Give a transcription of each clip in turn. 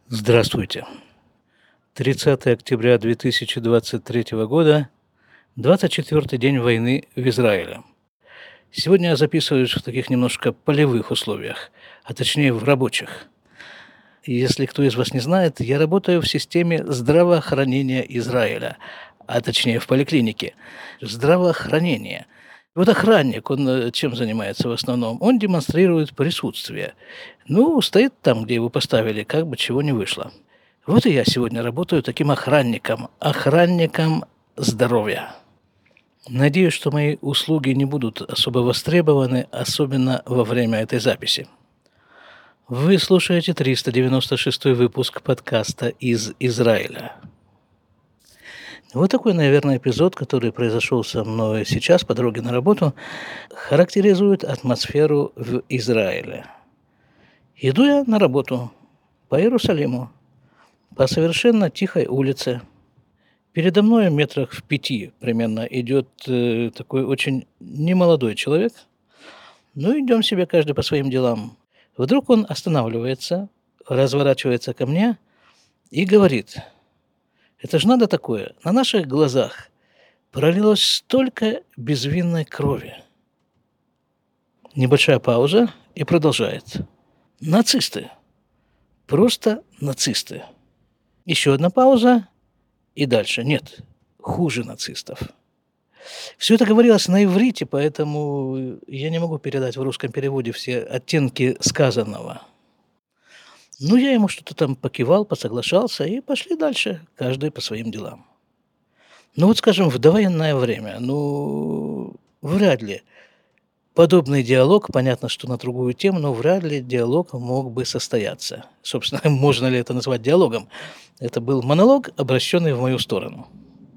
Здравствуйте. 30 октября 2023 года, 24-й день войны в Израиле. Сегодня я записываюсь в таких немножко полевых условиях, а точнее в рабочих. И если кто из вас не знает, я работаю в системе здравоохранения Израиля, а точнее в поликлинике. Здравоохранение. Вот охранник, он чем занимается в основном? Он демонстрирует присутствие. Ну, стоит там, где его поставили, как бы чего не вышло. Вот и я сегодня работаю таким охранником здоровья. Надеюсь, что мои услуги не будут особо востребованы, особенно во время этой записи. Вы слушаете 396 выпуск подкаста из Израиля. Вот такой, наверное, эпизод, который произошел со мной сейчас по дороге на работу, характеризует атмосферу в Израиле. Иду я на работу по Иерусалиму, по совершенно тихой улице. Передо мной метрах в 5 примерно идет такой очень немолодой человек. Ну, идем себе каждый по своим делам. Вдруг он останавливается, разворачивается ко мне и говорит: это же надо такое, на наших глазах пролилось столько безвинной крови. Небольшая пауза и продолжает. Нацисты. Просто нацисты. Еще одна пауза и дальше. Нет, хуже нацистов. Все это говорилось на иврите, поэтому я не могу передать в русском переводе все оттенки сказанного. Ну, я ему что-то там покивал, посоглашался, и пошли дальше, каждый по своим делам. Ну, вот, скажем, в довоенное время, вряд ли подобный диалог, понятно, что на другую тему, но вряд ли диалог мог бы состояться. Собственно, можно ли это назвать диалогом? Это был монолог, обращенный в мою сторону.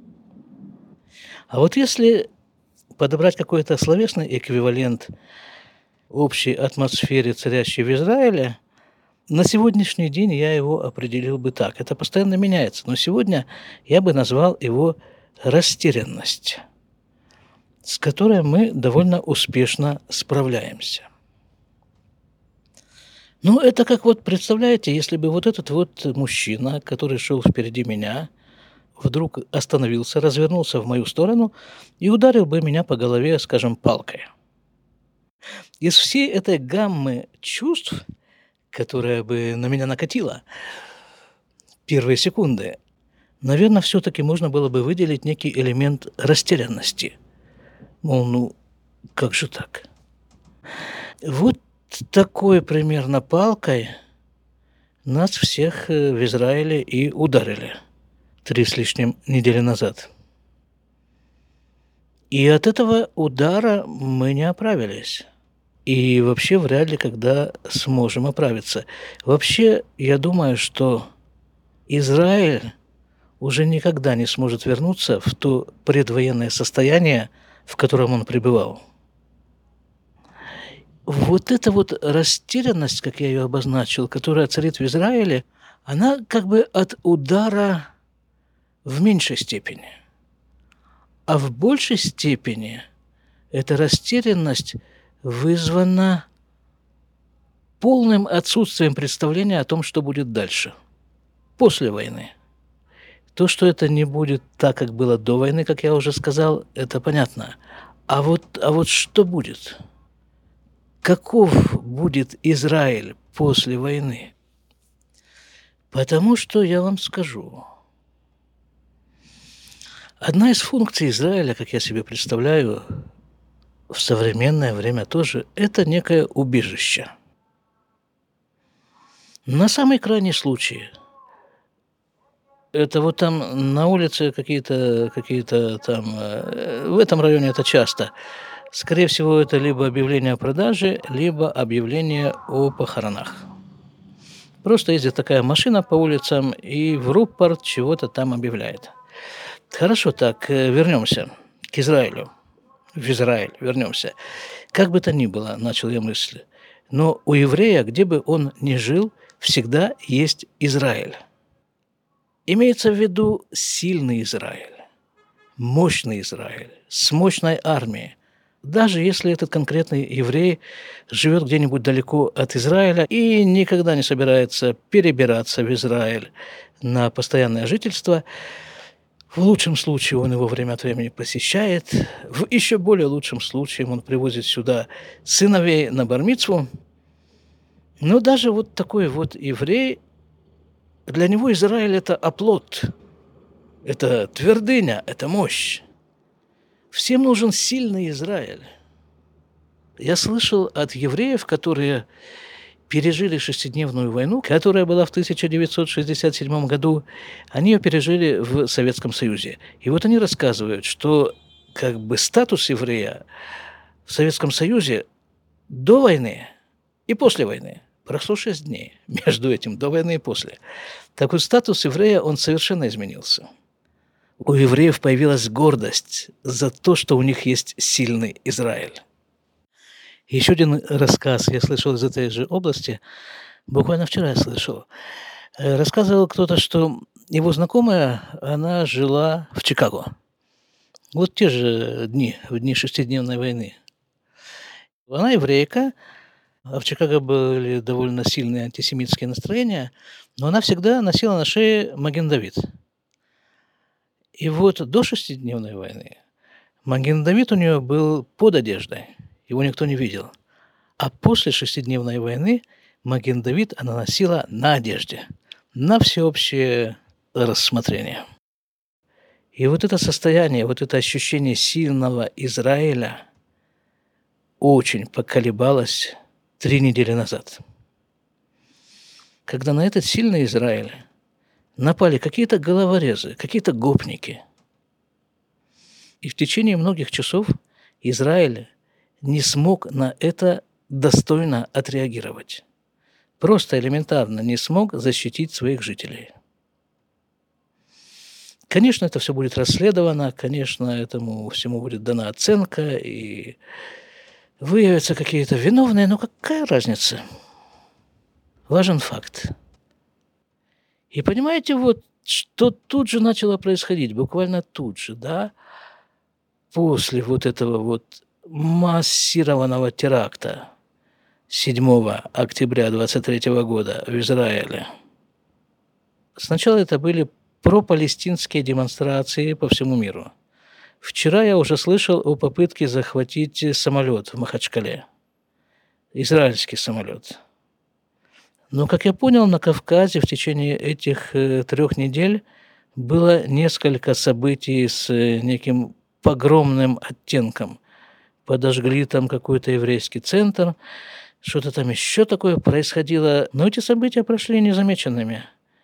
А вот если подобрать какой-то словесный эквивалент общей атмосфере, царящей в Израиле, на сегодняшний день я его определил бы так. Это постоянно меняется, но сегодня я бы назвал его растерянность, с которой мы довольно успешно справляемся. Ну, это как вот, представляете, если бы вот этот вот мужчина, который шел впереди меня, вдруг остановился, развернулся в мою сторону и ударил бы меня по голове, скажем, палкой. Из всей этой гаммы чувств, которая бы на меня накатила первые секунды, наверное, все-таки можно было бы выделить некий элемент растерянности. Мол, как же так? Вот такой примерно палкой нас всех в Израиле и ударили 3 с лишним недели назад. И от этого удара мы не оправились. И вообще вряд ли когда сможем оправиться. Вообще, я думаю, что Израиль уже никогда не сможет вернуться в то предвоенное состояние, в котором он пребывал. Вот эта вот растерянность, как я ее обозначил, которая царит в Израиле, она как бы от удара в меньшей степени. А в большей степени эта растерянность вызвана полным отсутствием представления о том, что будет дальше, после войны. То, что это не будет так, как было до войны, как я уже сказал, это понятно. А вот что будет? Каков будет Израиль после войны? Потому что я вам скажу. Одна из функций Израиля, как я себе представляю, в современное время тоже, это некое убежище. На самый крайний случай. Это вот там на улице какие-то там, в этом районе это часто. Скорее всего, это либо объявление о продаже, либо объявление о похоронах. Просто ездит такая машина по улицам и в рупорт чего-то там объявляет. Хорошо, так, вернемся к Израилю. В Израиль вернемся. Как бы то ни было, начал я мысль, но у еврея, где бы он ни жил, всегда есть Израиль. Имеется в виду сильный Израиль, мощный Израиль, с мощной армией, даже если этот конкретный еврей живет где-нибудь далеко от Израиля и никогда не собирается перебираться в Израиль на постоянное жительство, в лучшем случае он его время от времени посещает, в еще более лучшем случае он привозит сюда сыновей на бар-мицву. Но даже вот такой вот еврей, для него Израиль – это оплот, это твердыня, это мощь. Всем нужен сильный Израиль. Я слышал от евреев, которые пережили шестидневную войну, которая была в 1967 году, они ее пережили в Советском Союзе. И вот они рассказывают, что как бы статус еврея в Советском Союзе до войны и после войны прошло 6 дней между этим, до войны и после. Так вот, статус еврея, он совершенно изменился. У евреев появилась гордость за то, что у них есть сильный Израиль. Еще один рассказ я слышал из этой же области, буквально вчера я слышал. Рассказывал кто-то, что его знакомая, она жила в Чикаго. Вот те же дни, в дни шестидневной войны. Она еврейка, а в Чикаго были довольно сильные антисемитские настроения, но она всегда носила на шее маген-давид. И вот до шестидневной войны маген-давид у нее был под одеждой, его никто не видел. А после шестидневной войны маген-давид она носила на одежде, на всеобщее рассмотрение. И вот это состояние, вот это ощущение сильного Израиля очень поколебалось 3 недели назад. Когда на этот сильный Израиль напали какие-то головорезы, какие-то гопники. И в течение многих часов Израиль не смог на это достойно отреагировать. Просто элементарно не смог защитить своих жителей. Конечно, это все будет расследовано, конечно, этому всему будет дана оценка, и выявятся какие-то виновные, но какая разница? Важен факт. И понимаете, вот что тут же начало происходить, буквально тут же, да, после вот этого вот массированного теракта 7 октября 23 года в Израиле. Сначала это были пропалестинские демонстрации по всему миру. Вчера я уже слышал о попытке захватить самолет в Махачкале. Израильский самолет. Но, как я понял, на Кавказе в течение этих 3 недель было несколько событий с неким погромным оттенком. Подожгли там какой-то еврейский центр, что-то там еще такое происходило. Но эти события прошли незамеченными.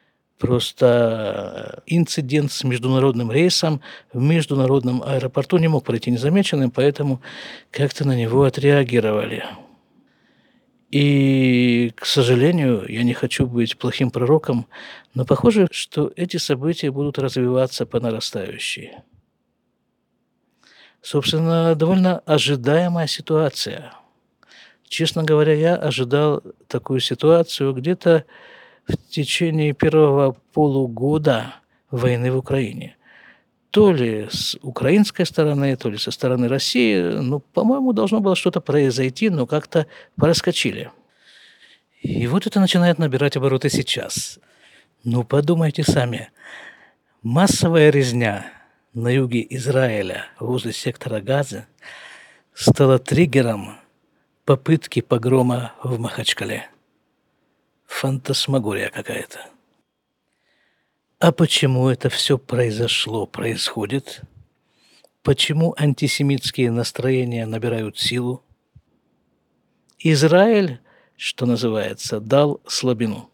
Просто инцидент с международным рейсом в международном аэропорту не мог пройти незамеченным, поэтому как-то на него отреагировали. И, к сожалению, я не хочу быть плохим пророком, но похоже, что эти события будут развиваться по нарастающей. Собственно, довольно ожидаемая ситуация. Честно говоря, я ожидал такую ситуацию где-то в течение первого полугода войны в Украине. То ли с украинской стороны, то ли со стороны России. Ну, по-моему, должно было что-то произойти, но как-то проскочили. И вот это начинает набирать обороты сейчас. Ну, подумайте сами. Массовая резня на юге Израиля возле сектора Газа стала триггером попытки погрома в Махачкале. Фантасмагория какая-то. А почему это все происходит? Почему антисемитские настроения набирают силу? Израиль, что называется, дал слабину.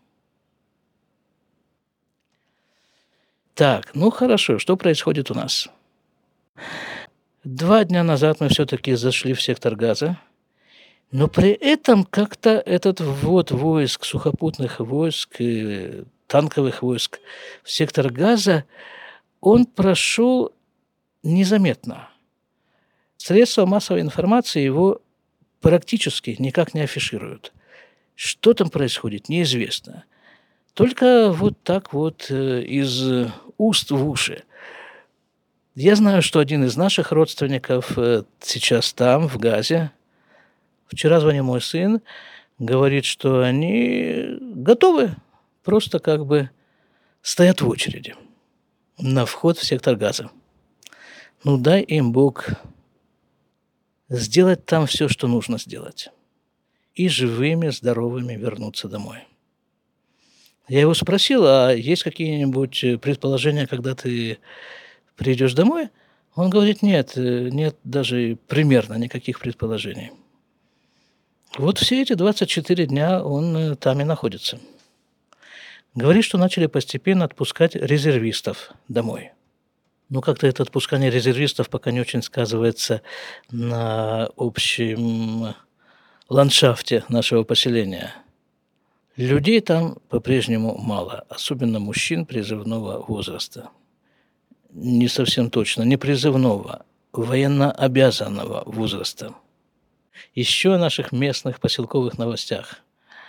Так, ну хорошо, что происходит у нас? 2 дня назад мы все-таки зашли в сектор Газа, но при этом как-то этот ввод войск, сухопутных войск, танковых войск в сектор Газа, он прошел незаметно. Средства массовой информации его практически никак не афишируют. Что там происходит, неизвестно. Только вот так вот из уст в уши. Я знаю, что один из наших родственников сейчас там, в Газе. Вчера звонил мой сын, говорит, что они готовы, просто как бы стоят в очереди на вход в сектор Газа. Ну, дай им Бог сделать там все, что нужно сделать, и живыми, здоровыми вернуться домой. Я его спросил, а есть какие-нибудь предположения, когда ты придешь домой? Он говорит, нет, нет даже примерно никаких предположений. Вот все эти 24 дня он там и находится. Говорит, что начали постепенно отпускать резервистов домой. Но как-то это отпускание резервистов пока не очень сказывается на общем ландшафте нашего поселения. Людей там по-прежнему мало, особенно мужчин призывного возраста. Не совсем точно, не призывного, военнообязанного возраста. Еще о наших местных поселковых новостях.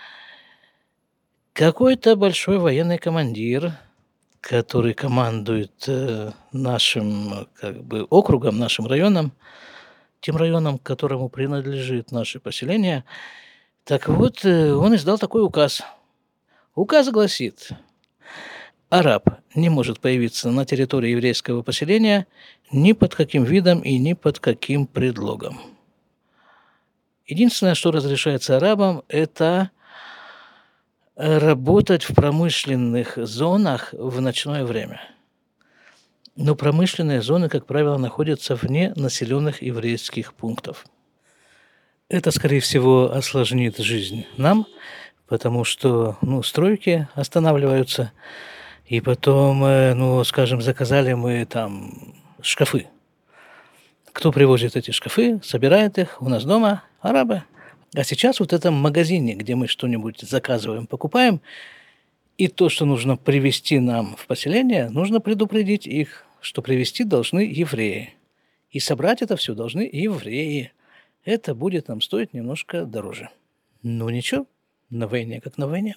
Какой-то большой военный командир, который командует нашим округом, нашим районом, тем районом, к которому принадлежит наше поселение, так вот, он издал такой указ. Указ гласит: араб не может появиться на территории еврейского поселения ни под каким видом и ни под каким предлогом. Единственное, что разрешается арабам, это работать в промышленных зонах в ночное время. Но промышленные зоны, как правило, находятся вне населенных еврейских пунктов. Это, скорее всего, осложнит жизнь нам, потому что, стройки останавливаются, и потом, заказали мы там шкафы. Кто привозит эти шкафы, собирает их у нас дома? Арабы. А сейчас вот в этом магазине, где мы что-нибудь заказываем, покупаем, и то, что нужно привезти нам в поселение, нужно предупредить их, что привезти должны евреи. И собрать это все должны евреи. Это будет нам стоить немножко дороже. Ну ничего, на войне как на войне.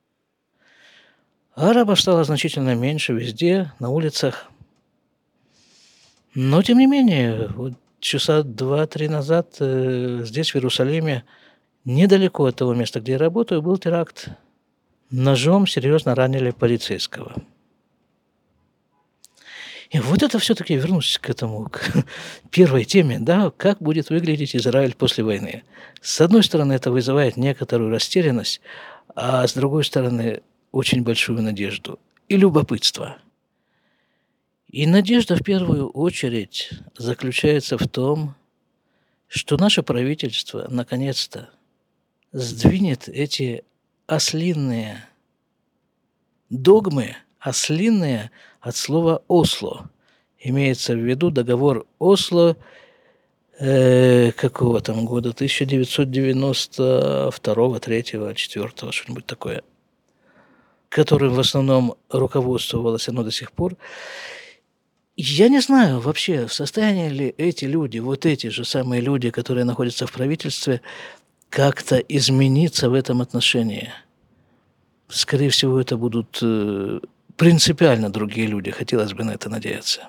Арабов стало значительно меньше везде, на улицах. Но, тем не менее, вот часа 2-3 назад здесь, в Иерусалиме, недалеко от того места, где я работаю, был теракт. Ножом серьезно ранили полицейского. И вот это все-таки вернусь к этому, к первой теме, да, как будет выглядеть Израиль после войны. С одной стороны, это вызывает некоторую растерянность, а с другой стороны, очень большую надежду и любопытство. И надежда в первую очередь заключается в том, что наше правительство наконец-то сдвинет эти ослинные догмы, ослинные от слова «Осло». Имеется в виду договор Осло какого там года, 1992, 3, 4, что-нибудь такое, которым в основном руководствовалось оно до сих пор. Я не знаю вообще, в состоянии ли эти люди, вот эти же самые люди, которые находятся в правительстве, как-то измениться в этом отношении. Скорее всего, это будут принципиально другие люди, хотелось бы на это надеяться.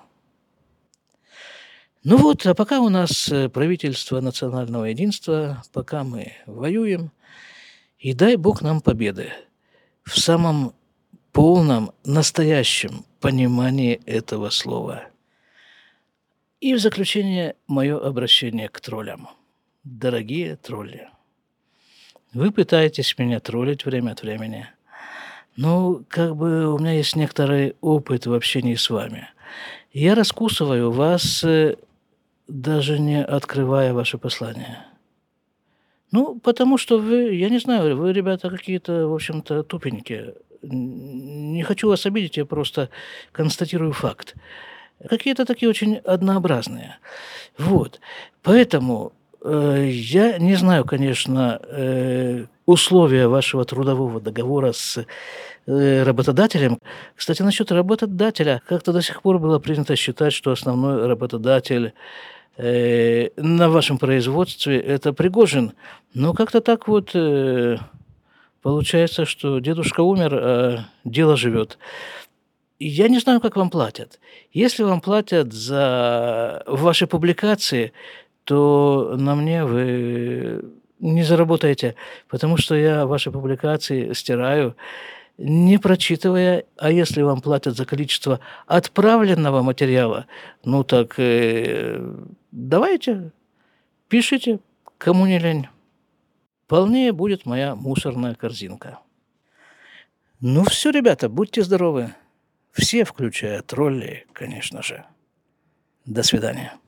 Ну вот, а пока у нас правительство национального единства, пока мы воюем, и дай Бог нам победы в самом полном, настоящем понимании этого слова. И в заключение мое обращение к троллям. Дорогие тролли, вы пытаетесь меня троллить время от времени. Ну, у меня есть некоторый опыт в общении с вами. Я раскусываю вас, даже не открывая ваше послание. Ну, потому что вы, я не знаю, вы, ребята, какие-то, в общем-то, тупенькие. Не хочу вас обидеть, я просто констатирую факт. Какие-то такие очень однообразные. Вот. Поэтому я не знаю, конечно, условия вашего трудового договора с работодателем. Кстати, насчет работодателя. Как-то до сих пор было принято считать, что основной работодатель на вашем производстве – это Пригожин. Но как-то так вот получается, что дедушка умер, а дело живет. Я не знаю, как вам платят. Если вам платят за ваши публикации, то на мне вы не заработаете, потому что я ваши публикации стираю, не прочитывая. А если вам платят за количество отправленного материала, ну так, давайте, пишите, кому не лень. Полнее будет моя мусорная корзинка. Ну все, ребята, будьте здоровы. Все, включая троллей, конечно же. До свидания.